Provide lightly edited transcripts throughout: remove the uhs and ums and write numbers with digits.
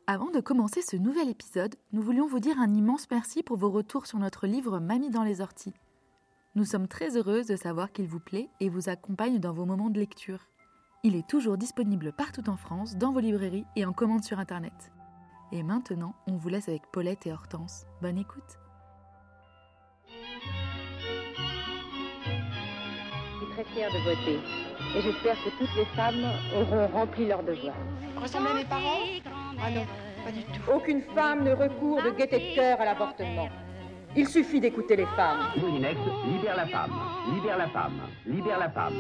Avant de commencer ce nouvel épisode, nous voulions vous dire un immense merci pour vos retours sur notre livre Mamie dans les orties. Nous sommes très heureuses de savoir qu'il vous plaît et vous accompagne dans vos moments de lecture. Il est toujours disponible partout en France, dans vos librairies et en commande sur Internet. Et maintenant, on vous laisse avec Paulette et Hortense. Bonne écoute. Je suis très fière de voter et j'espère que toutes les femmes auront rempli leur devoir. Ressemblez à mes parents? Ah non, pas du tout. Aucune femme ne recourt de gaieté de cœur à l'avortement. Il suffit d'écouter les femmes. Moulinex, libère la femme, libère la femme, libère la femme.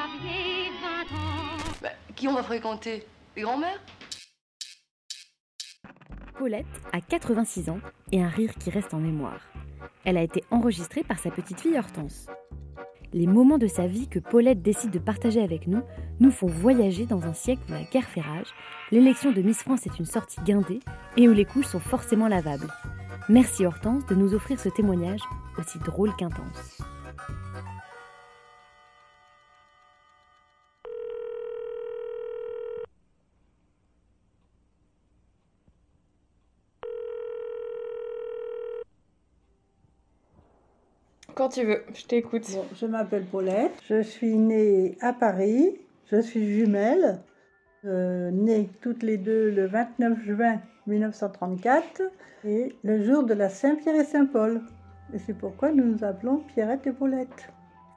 Qui on va fréquenter? Les grands-mères? Paulette a 86 ans et un rire qui reste en mémoire. Elle a été enregistrée par sa petite fille Hortense. Les moments de sa vie que Paulette décide de partager avec nous nous font voyager dans un siècle où la guerre fait rage, l'élection de Miss France est une sortie guindée et où les couches sont forcément lavables. Merci Hortense de nous offrir ce témoignage aussi drôle qu'intense. Quand tu veux, je t'écoute. Bon, je m'appelle Paulette, je suis née à Paris, je suis jumelle, nées toutes les deux le 29 juin 1934 et le jour de la Saint-Pierre et Saint-Paul. Et c'est pourquoi nous nous appelons Pierrette et Paulette.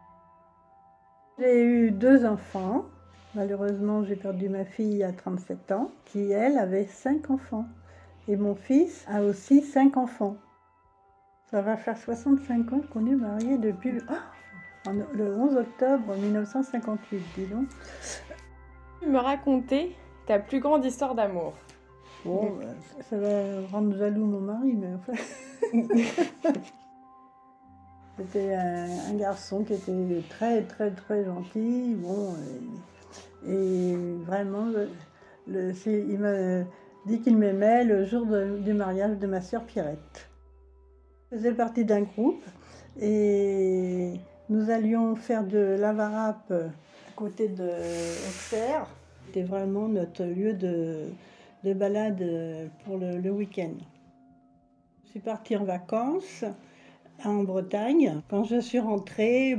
J'ai eu 2 enfants. Malheureusement, j'ai perdu ma fille à 37 ans, qui elle avait 5 enfants. Et mon fils a aussi 5 enfants. Ça va faire 65 ans qu'on est mariés depuis le 11 octobre 1958, dis donc. Tu me racontais ta plus grande histoire d'amour. Bon, ça va rendre jaloux mon mari, mais enfin... C'était un garçon qui était très, très, très gentil. Bon, et vraiment, il m'a dit qu'il m'aimait le jour du mariage de ma sœur Pierrette. Je faisais partie d'un groupe et nous allions faire de l'Avarap à côté de Auxerre. C'était vraiment notre lieu de balade pour le week-end. Je suis partie en vacances en Bretagne. Quand je suis rentrée,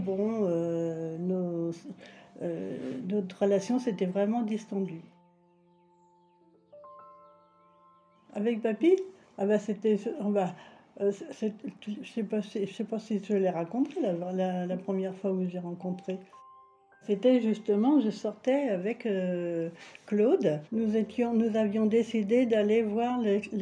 notre relation s'était vraiment distendue. Avec papy, c'était... je sais pas si je l'ai raconté la première fois où j'ai rencontré. C'était justement, je sortais avec Claude. Nous avions décidé d'aller voir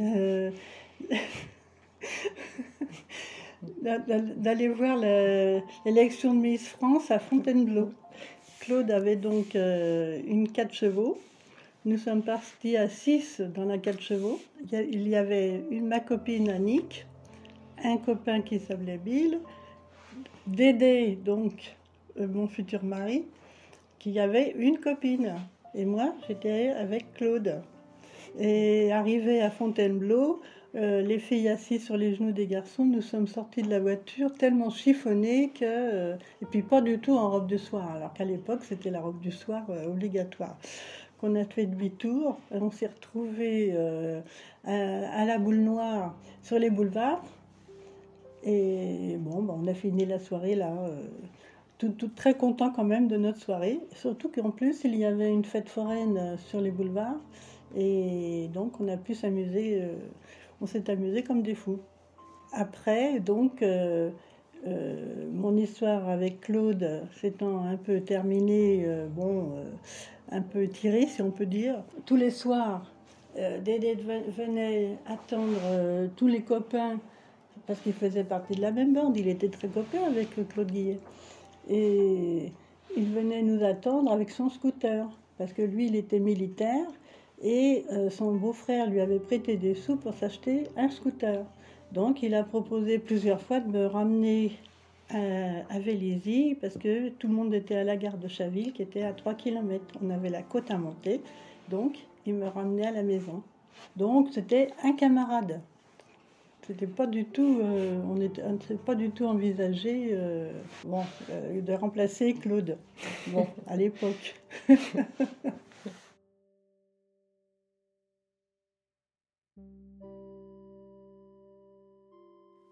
l'élection de Miss France à Fontainebleau. Claude avait donc une 4 chevaux. Nous sommes partis à 6 dans la 4 chevaux. Il y avait ma copine Annick, un copain qui s'appelait Bill, Dédé, donc mon futur mari, qui avait une copine. Et moi, j'étais avec Claude. Et arrivé à Fontainebleau, les filles assises sur les genoux des garçons, nous sommes sortis de la voiture tellement chiffonnées que... et puis pas du tout en robe de soir, alors qu'à l'époque, c'était la robe du soir obligatoire. Qu'on a fait demi-tour, on s'est retrouvés à la Boule Noire sur les boulevards. Et on a fini la soirée là, tout très content quand même de notre soirée. Surtout qu'en plus, il y avait une fête foraine sur les boulevards. Et donc, on a pu s'amuser, on s'est amusés comme des fous. Après, donc, mon histoire avec Claude s'étant un peu terminée, un peu tirée, si on peut dire. Tous les soirs, Dédé venait attendre tous les copains, parce qu'il faisait partie de la même bande, il était très copain avec Claude Guillet. Et il venait nous attendre avec son scooter, parce que lui, il était militaire, et son beau-frère lui avait prêté des sous pour s'acheter un scooter. Donc, il a proposé plusieurs fois de me ramener à Vélizy, parce que tout le monde était à la gare de Chaville, qui était à 3 km. On avait la côte à monter, donc il me ramenait à la maison. Donc, c'était un camarade. C'était pas du tout, on ne s'est pas du tout envisagé de remplacer Claude, à l'époque.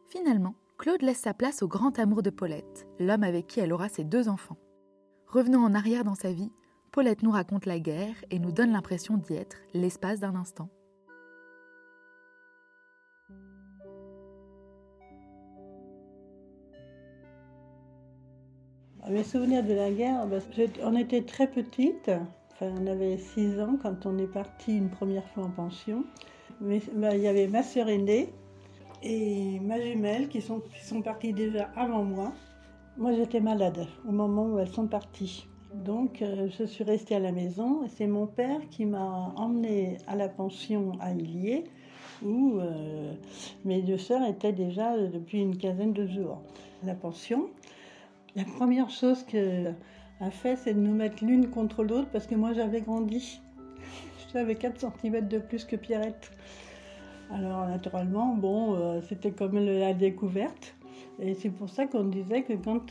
Finalement, Claude laisse sa place au grand amour de Paulette, l'homme avec qui elle aura ses 2 enfants. Revenant en arrière dans sa vie, Paulette nous raconte la guerre et nous donne l'impression d'y être l'espace d'un instant. Mes souvenirs de la guerre, on était très petites, enfin, on avait 6 ans quand on est parti une première fois en pension. Mais il y avait ma sœur aînée et ma jumelle qui sont parties déjà avant moi. Moi j'étais malade au moment où elles sont parties. Donc je suis restée à la maison et c'est mon père qui m'a emmenée à la pension à Illiers où mes 2 sœurs étaient déjà depuis une quinzaine de jours. La pension, la première chose qu'elle a fait, c'est de nous mettre l'une contre l'autre parce que moi j'avais grandi. J'avais 4 cm de plus que Pierrette. Alors naturellement, c'était comme la découverte. Et c'est pour ça qu'on disait que quand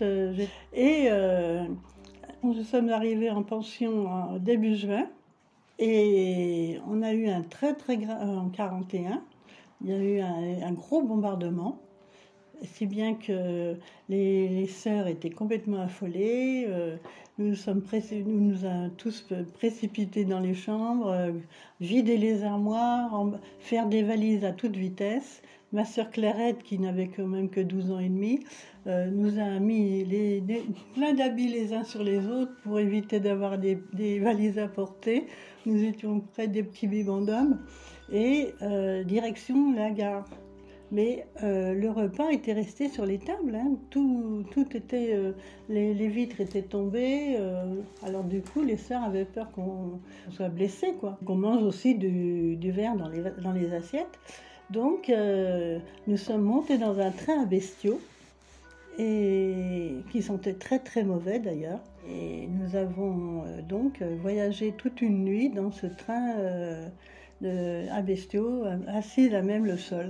nous sommes arrivés en pension en début juin et on a eu un très en 41, il y a eu un gros bombardement. Si bien que les sœurs étaient complètement affolées, nous nous avons tous précipités dans les chambres, vider les armoires, faire des valises à toute vitesse. Ma sœur Clairette, qui n'avait quand même que 12 ans et demi, nous a mis plein d'habits les uns sur les autres pour éviter d'avoir des valises à porter. Nous étions près des petits bibendums et direction la gare. Mais le repas était resté sur les tables, hein. Tout était, les vitres étaient tombées. Alors du coup, les sœurs avaient peur qu'on soit blessés, quoi. Qu'on mange aussi du verre dans les assiettes. Donc, nous sommes montés dans un train à bestiaux, et qui sentait très très mauvais d'ailleurs. Et nous avons donc voyagé toute une nuit dans ce train à bestiaux, assis à même le sol.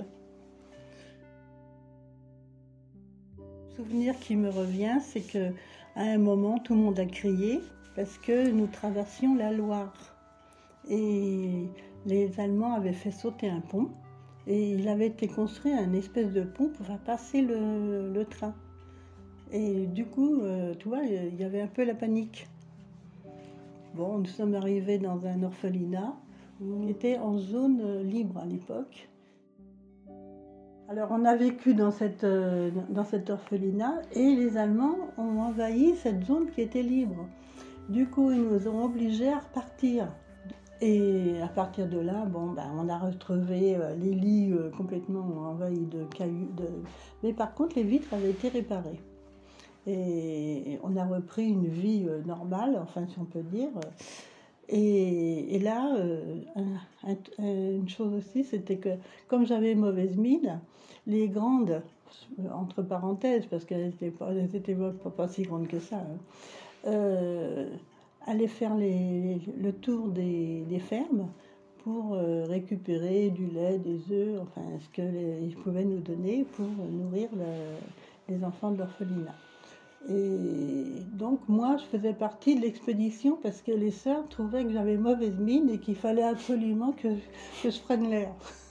Le souvenir qui me revient, c'est qu'à un moment, tout le monde a crié parce que nous traversions la Loire. Et les Allemands avaient fait sauter un pont et il avait été construit un espèce de pont pour faire passer le train. Et du coup, tu vois, il y avait un peu la panique. Bon, nous sommes arrivés dans un orphelinat qui était en zone libre à l'époque. Alors on a vécu dans cet orphelinat et les Allemands ont envahi cette zone qui était libre. Du coup, ils nous ont obligés à repartir. Et à partir de là, on a retrouvé les lits complètement envahis de cailloux. Mais par contre, les vitres avaient été réparées. Et on a repris une vie normale, enfin si on peut dire. Et là, une chose aussi, c'était que comme j'avais mauvaise mine, les grandes, entre parenthèses, parce qu'elles n'étaient pas si grandes que ça, allaient faire le tour des fermes pour récupérer du lait, des œufs, enfin ce qu'ils pouvaient nous donner pour nourrir les enfants de l'orphelinat. Et donc moi je faisais partie de l'expédition parce que les sœurs trouvaient que j'avais mauvaise mine et qu'il fallait absolument que je prenne l'air.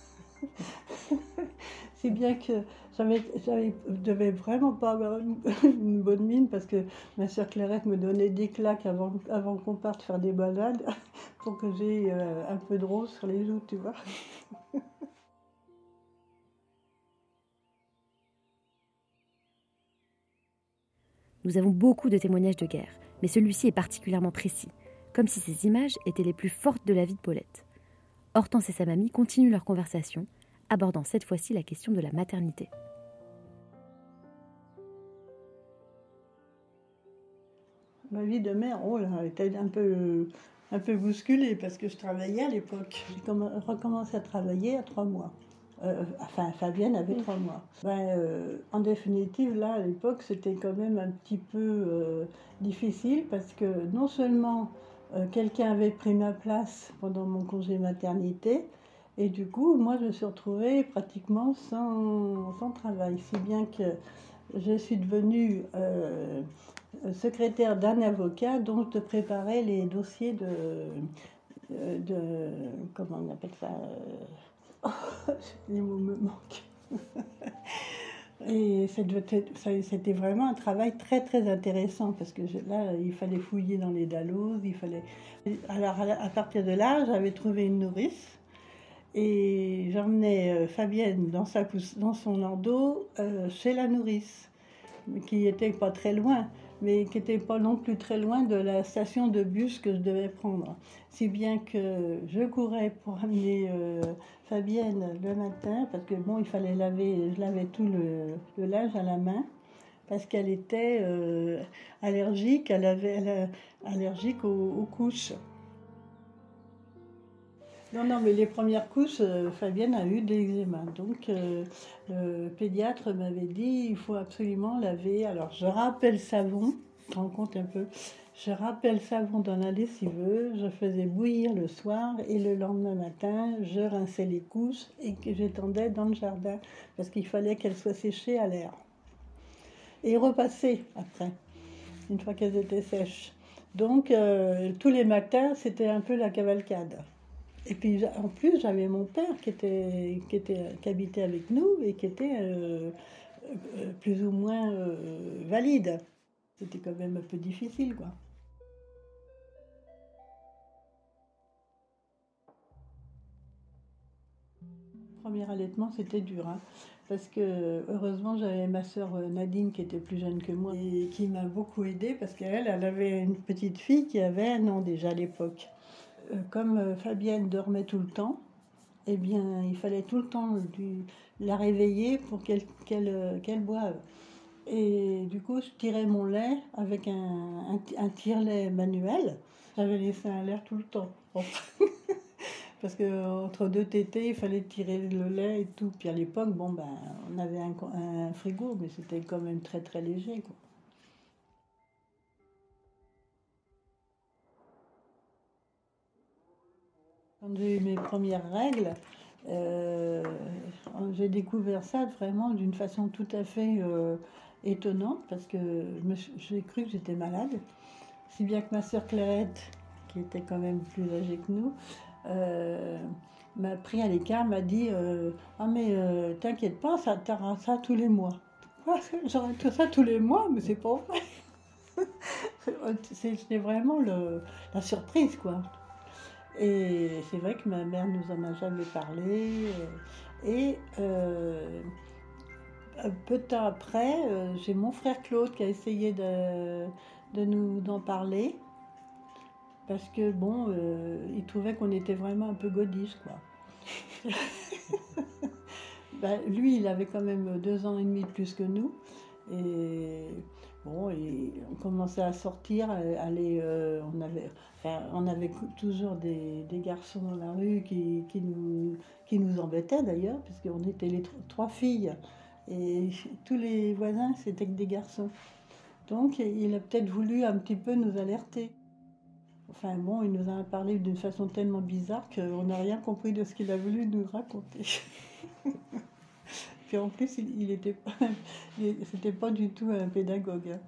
Si bien que je devais vraiment pas avoir une bonne mine parce que ma sœur Clairette me donnait des claques avant qu'on parte faire des balades pour que j'ai un peu de rose sur les joues, tu vois. Nous avons beaucoup de témoignages de guerre, mais celui-ci est particulièrement précis, comme si ces images étaient les plus fortes de la vie de Paulette. Hortense et sa mamie continuent leur conversation, abordant cette fois-ci la question de la maternité. Ma vie de mère, était un peu bousculée parce que je travaillais à l'époque. J'ai recommencé à travailler à 3 mois. Fabienne avait 3 mois. En définitive, là, à l'époque, c'était quand même un petit peu difficile parce que non seulement quelqu'un avait pris ma place pendant mon congé maternité, et du coup, moi, je me suis retrouvée pratiquement sans travail. Si bien que je suis devenue secrétaire d'un avocat dont je préparais les dossiers de comment on appelle ça, les mots me manquent. Et c'était vraiment un travail très très intéressant parce que là, il fallait fouiller dans les dallos, Alors à partir de là, j'avais trouvé une nourrice et j'emmenais Fabienne dans son landau chez la nourrice, qui n'était pas très loin, mais qui n'était pas non plus très loin de la station de bus que je devais prendre. Si bien que je courais pour amener Fabienne le matin, parce que bon, il fallait je lavais tout le linge à la main, parce qu'elle était allergique, allergique aux couches. Non, mais les premières couches, Fabienne a eu de l'eczéma. Donc, le pédiatre m'avait dit, il faut absolument laver. Alors, je râpais le savon, tu te rends compte un peu, je râpais le savon dans la lessiveuse, je faisais bouillir le soir et le lendemain matin, je rinçais les couches et que j'étendais dans le jardin parce qu'il fallait qu'elles soient séchées à l'air. Et repasser après, une fois qu'elles étaient sèches. Donc, tous les matins, c'était un peu la cavalcade. Et puis en plus, j'avais mon père qui habitait avec nous et qui était plus ou moins valide. C'était quand même un peu difficile, quoi. Le premier allaitement, c'était dur, hein, parce que heureusement, j'avais ma sœur Nadine qui était plus jeune que moi et qui m'a beaucoup aidée parce elle avait une petite fille qui avait 1 an déjà à l'époque. Comme Fabienne dormait tout le temps, eh bien, il fallait tout le temps la réveiller pour qu'elle boive. Et du coup, je tirais mon lait avec un tire-lait manuel. J'avais les seins à l'air tout le temps. Parce qu'entre 2 tétés, il fallait tirer le lait et tout. Puis à l'époque, on avait un frigo, mais c'était quand même très très léger, quoi. Quand j'ai eu mes premières règles, j'ai découvert ça vraiment d'une façon tout à fait étonnante parce que j'ai cru que j'étais malade. Si bien que ma sœur Clairette, qui était quand même plus âgée que nous, m'a pris à l'écart, m'a dit ah mais t'inquiète pas, t'auras ça tous les mois. Quoi, j'aurai tout ça tous les mois, mais c'est pas vrai. C'était vraiment la surprise, quoi. Et c'est vrai que ma mère nous en a jamais parlé. Et peu de temps après, j'ai mon frère Claude qui a essayé d'en parler. Parce que bon, il trouvait qu'on était vraiment un peu godiche, quoi. Lui, il avait quand même 2 ans et demi de plus que nous. Et bon, et on commençait à sortir, aller, on avait toujours des garçons dans la rue qui nous embêtaient d'ailleurs, puisqu'on était les 3 filles. Et tous les voisins, c'était que des garçons. Donc, il a peut-être voulu un petit peu nous alerter. Enfin bon, il nous en a parlé d'une façon tellement bizarre qu'on n'a rien compris de ce qu'il a voulu nous raconter. Puis en plus, c'était pas du tout un pédagogue.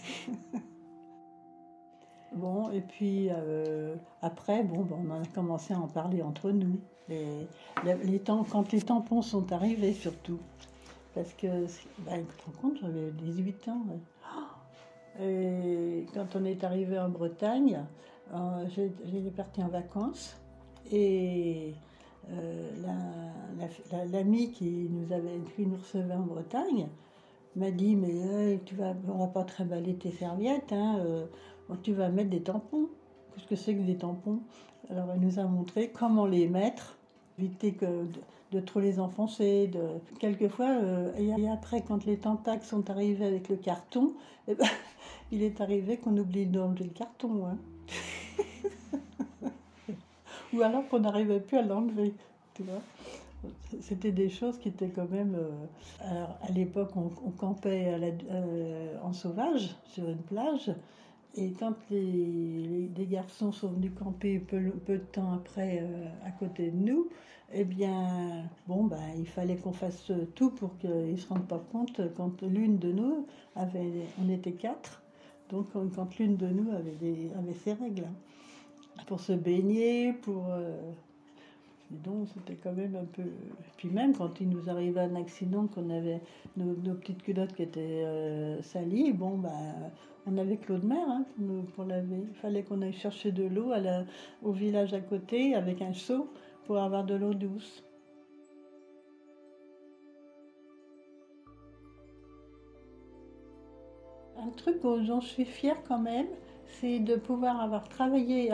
Bon, et puis après, on a commencé à en parler entre nous. Quand les tampons sont arrivés surtout. Parce que, tu te rends compte, j'avais 18 ans. Ouais. Et quand on est arrivé en Bretagne, j'étais partie en vacances et l'amie qui nous recevait en Bretagne m'a dit mais on va pas trimballer tes serviettes, hein, tu vas mettre des tampons. Qu'est-ce que c'est que des tampons? Alors elle nous a montré comment les mettre, éviter de trop les enfoncer. Quelquefois, et après quand les tentacles sont arrivés avec le carton, il est arrivé qu'on oublie d'enlever le carton, hein. Ou alors qu'on n'arrivait plus à l'enlever, tu vois. C'était des choses qui étaient quand même... Alors, à l'époque, on campait en sauvage, sur une plage. Et quand les garçons sont venus camper peu de temps après à côté de nous, eh bien, il fallait qu'on fasse tout pour qu'ils ne se rendent pas compte quand l'une de nous on était 4, donc quand l'une de nous avait ses règles, hein, pour se baigner, Et donc c'était quand même un peu... Puis même quand il nous arrivait un accident, qu'on avait nos petites culottes qui étaient salies, on avait Claude Mère pour laver. Il fallait qu'on aille chercher de l'eau au village à côté avec un seau pour avoir de l'eau douce. Un truc dont je suis fière quand même, c'est de pouvoir avoir travaillé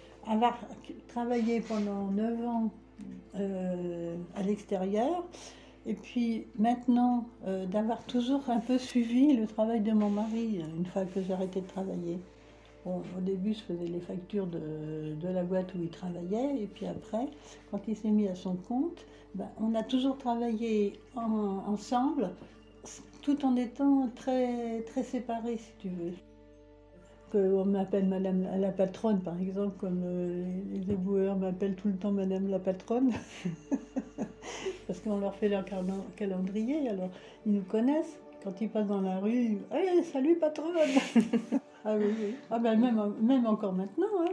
pendant 9 ans à l'extérieur, et puis maintenant d'avoir toujours un peu suivi le travail de mon mari une fois que j'ai arrêté de travailler. Bon, au début, je faisais les factures de la boîte où il travaillait, et puis après, quand il s'est mis à son compte, on a toujours travaillé ensemble, tout en étant très, très séparés, si tu veux. On m'appelle Madame la patronne, par exemple, comme les éboueurs m'appellent tout le temps Madame la patronne, parce qu'on leur fait leur calendrier, alors ils nous connaissent. Quand ils passent dans la rue, « Hey, salut patronne !» Ah oui, oui. Ah même encore maintenant, hein.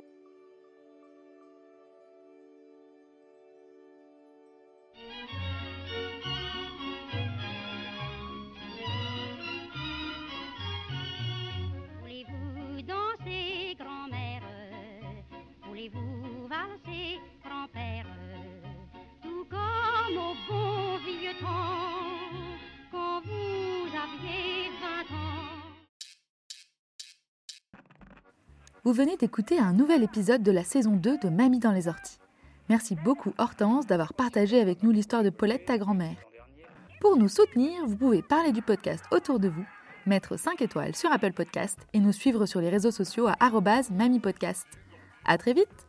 Voulez-vous danser, grand-mère? Voulez-vous valser, grand-père? Tout comme au bon vieux temps, quand vous aviez 20 ans. Vous venez d'écouter un nouvel épisode de la saison 2 de Mamie dans les orties. Merci beaucoup Hortense d'avoir partagé avec nous l'histoire de Paulette, ta grand-mère. Pour nous soutenir, vous pouvez parler du podcast autour de vous, mettre 5 étoiles sur Apple Podcast et nous suivre sur les réseaux sociaux à @mamipodcast. À très vite!